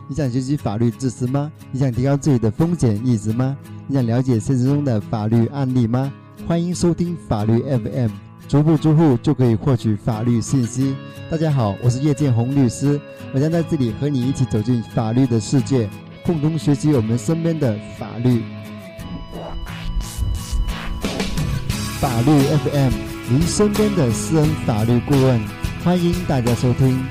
你想学习法律知识吗？你想提高自己的风险意识吗？你想了解现实中的法律案例吗？欢迎收听法律 FM， 足不出户就可以获取法律信息。大家好，我是叶建宏律师，我将在这里和你一起走进法律的世界，共同学习我们身边的法律。法律 FM， 您身边的私人法律顾问，欢迎大家收听。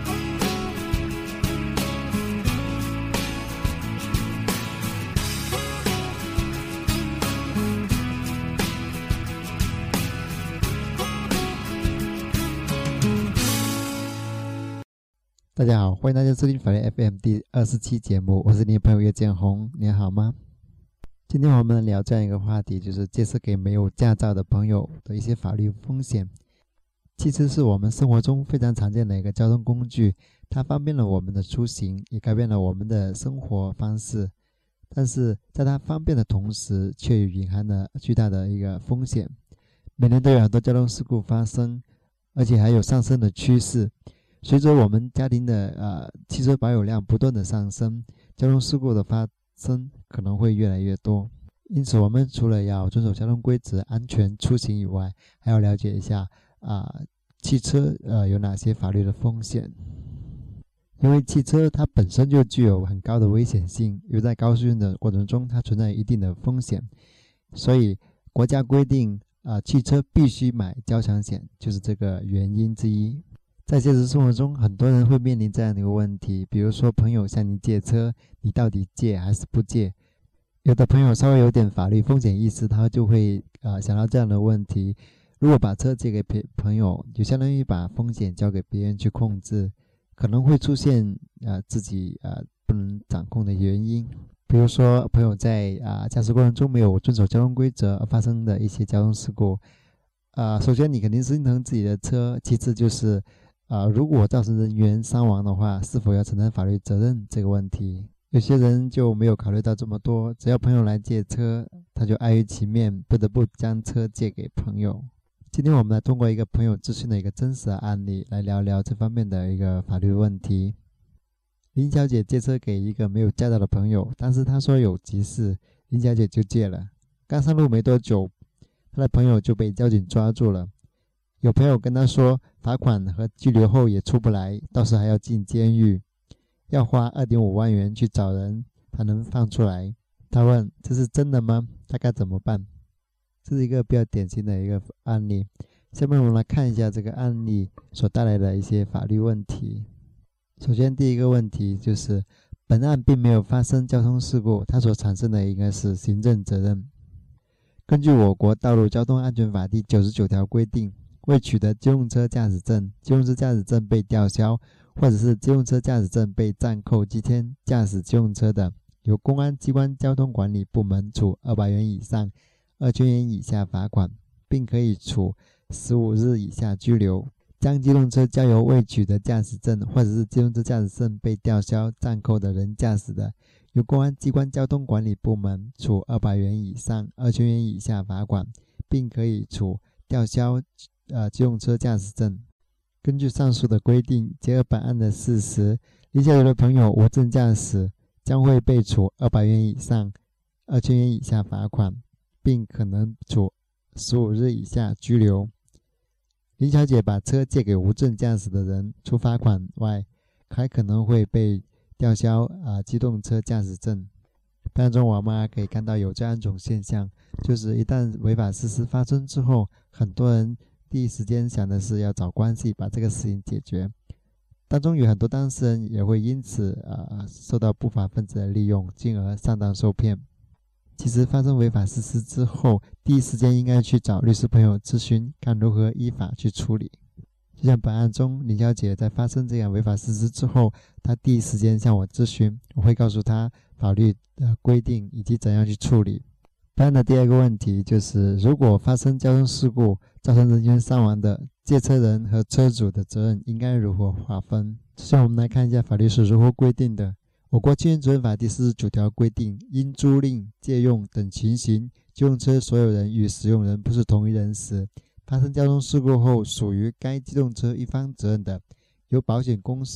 大家好，欢迎大家收听法律 FM 第27节目，我是你的朋友叶建宏，你好吗？今天我们聊这样一个话题，就是介绍给没有驾照的朋友的一些法律风险。汽车是我们生活中非常常见的一个交通工具，它方便了我们的出行，也改变了我们的生活方式。但是在它方便的同时，却有隐含了巨大的一个风险。每年都有很多交通事故发生，而且还有上升的趋势。随着我们家庭的汽车保有量不断的上升，交通事故的发生可能会越来越多。因此我们除了要遵守交通规则安全出行以外，还要了解一下汽车有哪些法律的风险。因为汽车它本身就具有很高的危险性，又在高速运的过程中它存在一定的风险，所以国家规定汽车必须买交强险，就是这个原因之一。在现实生活中，很多人会面临这样的一个问题，比如说朋友向你借车，你到底借还是不借？有的朋友稍微有点法律风险意识，他就会想到这样的问题：如果把车借给朋友，就相当于把风险交给别人去控制，可能会出现自己不能掌控的原因，比如说朋友在驾驶过程中没有遵守交通规则而发生的一些交通事故。首先你肯定心疼自己的车，其次就是如果造成人员伤亡的话，是否要承担法律责任这个问题。有些人就没有考虑到这么多，只要朋友来借车，他就碍于情面，不得不将车借给朋友。今天我们来通过一个朋友咨询的一个真实的案例来聊聊这方面的一个法律问题。林小姐借车给一个没有驾照的朋友，但是她说有急事，林小姐就借了。刚上路没多久，她的朋友就被交警抓住了。有朋友跟他说，罚款和拘留后也出不来，到时还要进监狱，要花 2.5 万元去找人才能放出来。他问这是真的吗？他该怎么办？这是一个比较典型的一个案例。下面我们来看一下这个案例所带来的一些法律问题。首先第一个问题就是本案并没有发生交通事故，它所产生的应该是行政责任。根据我国道路交通安全法第99条规定，未取得机动车驾驶证、机动车驾驶证被吊销，或者是机动车驾驶证被暂扣7天驾驶机动车的，由公安机关交通管理部门处200元以上2000元以下罚款，并可以处15日以下拘留。将机动车交由未取得驾驶证或者是机动车驾驶证被吊销、暂扣的人驾驶的，由公安机关交通管理部门处200元以上2000元以下罚款，并可以处吊销机动车驾驶证。根据上述的规定，结合本案的事实，林小姐的朋友无证驾驶将会被处200元以上2000元以下罚款，并可能处15日以下拘留。林小姐把车借给无证驾驶的人，除罚款外，还可能会被吊销机动车驾驶证。当中我们还可以看到有这样一种现象，就是一旦违法事实发生之后，很多人第一时间想的是要找关系把这个事情解决，当中有很多当事人也会因此受到不法分子的利用，进而上当受骗。其实发生违法事实之后，第一时间应该去找律师朋友咨询，看如何依法去处理。就像本案中，林小姐在发生这样违法事实之后，她第一时间向我咨询，我会告诉她法律的规定以及怎样去处理。本案的第二个问题就是，如果发生交通事故造成人员伤亡的，借车人和车主的责任应该如何划分？首先我们来看一下法律是如何规定的。我国侵权责任法第49条规定，因租赁、借用等情形，机动车所有人与使用人不是同一人时，发生交通事故后属于该机动车一方责任的，由保险公司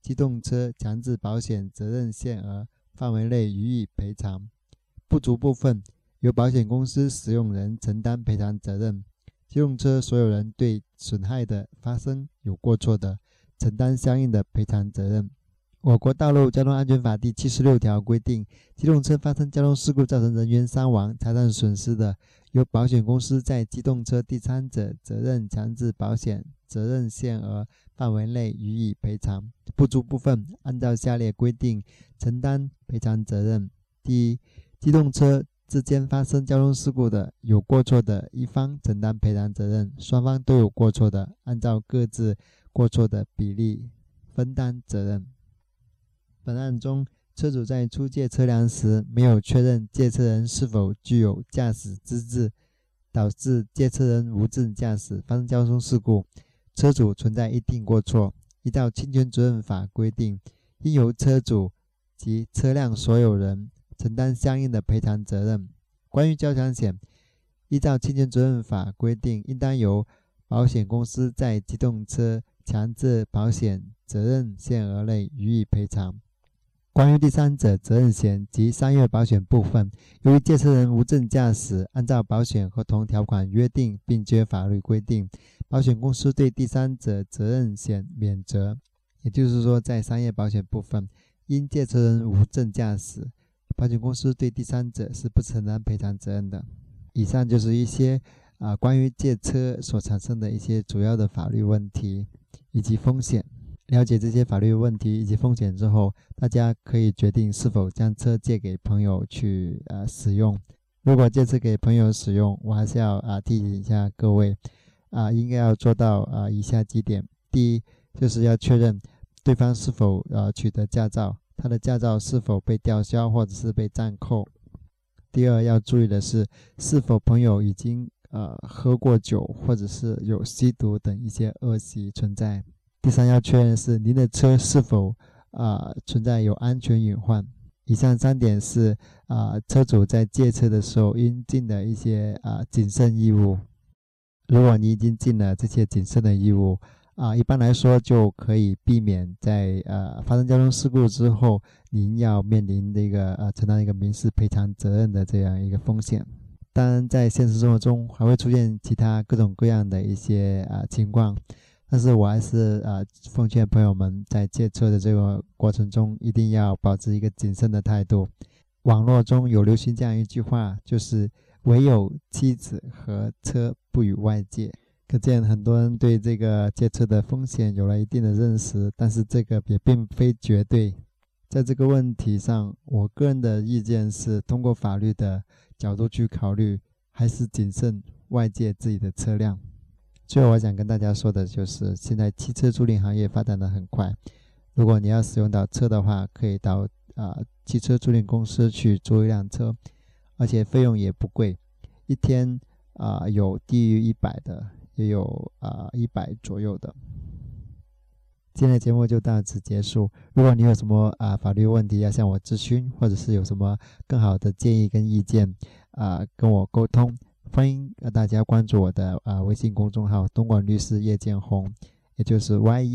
机动车强制保险责任限额范围内予以赔偿。不足部分由保险公司使用人承担赔偿责任，机动车所有人对损害的发生有过错的，承担相应的赔偿责任。我国道路交通安全法第76条规定，机动车发生交通事故造成人员伤亡、财产损失的，由保险公司在机动车第三者责任强制保险责任限额范围内予以赔偿。不足部分按照下列规定承担赔偿责任：第一，机动车之间发生交通事故的，有过错的一方承担赔偿责任，双方都有过错的，按照各自过错的比例分担责任。本案中，车主在出借车辆时没有确认借车人是否具有驾驶资质，导致借车人无证驾驶发生交通事故，车主存在一定过错，依照侵权责任法规定，应由车主及车辆所有人承担相应的赔偿责任。关于交强险，依照侵权责任法规定，应当由保险公司在机动车强制保险责任限额内予以赔偿。关于第三者责任险及商业保险部分，由于借车人无证驾驶，按照保险合同条款约定并接法律规定，保险公司对第三者责任险免责。也就是说，在商业保险部分，因借车人无证驾驶，保险公司对第三者是不承担赔偿责任的。以上就是一些关于借车所产生的一些主要的法律问题以及风险。了解这些法律问题以及风险之后，大家可以决定是否将车借给朋友去使用。如果借车给朋友使用，我还是要提醒一下各位应该要做到以下几点。第一，就是要确认对方是否取得驾照，他的驾照是否被吊销或者是被暂扣。第二，要注意的是是否朋友已经喝过酒或者是有吸毒等一些恶习存在。第三，要确认是您的车是否存在有安全隐患。以上3点是车主在借车的时候应尽的一些谨慎义务。如果你已经尽了这些谨慎的义务一般来说就可以避免在发生交通事故之后，您要面临这个承担一个民事赔偿责任的这样一个风险。当然，在现实生活中还会出现其他各种各样的一些情况。但是我还是奉劝朋友们在借车的这个过程中一定要保持一个谨慎的态度。网络中有流行这样一句话，就是唯有妻子和车不与外借。可见很多人对这个借车的风险有了一定的认识，但是这个也并非绝对。在这个问题上，我个人的意见是通过法律的角度去考虑，还是谨慎外借自己的车辆。最后我想跟大家说的就是，现在汽车租赁行业发展的很快，如果你要使用到车的话，可以到汽车租赁公司去租一辆车，而且费用也不贵，一天有低于100的，也有100左右的。今天的节目就到此结束。如果你有什么法律问题要向我咨询，或者是有什么更好的建议跟意见跟我沟通，欢迎大家关注我的微信公众号东莞律师叶建宏，也就是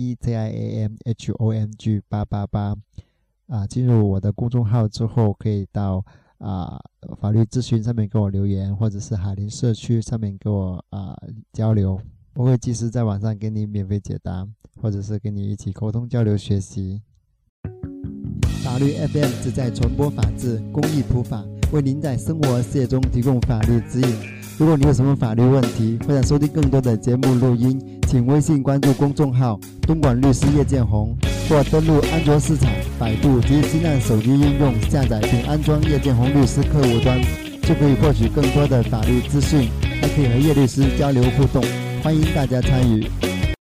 YEZIAMHONG888。进入我的公众号之后，可以到法律咨询上面给我留言，或者是海林社区上面给我交流，我会及时在网上给你免费解答，或者是跟你一起沟通交流学习。法律 FM 旨在传播法治、公益普法，为您在生活事业中提供法律指引。如果你有什么法律问题，或想收听更多的节目录音，请微信关注公众号东莞律师叶建宏，或登录安卓市场、百度及新浪手机应用下载并安装叶建宏律师客户端，就可以获取更多的法律资讯，还可以和叶律师交流互动，欢迎大家参与。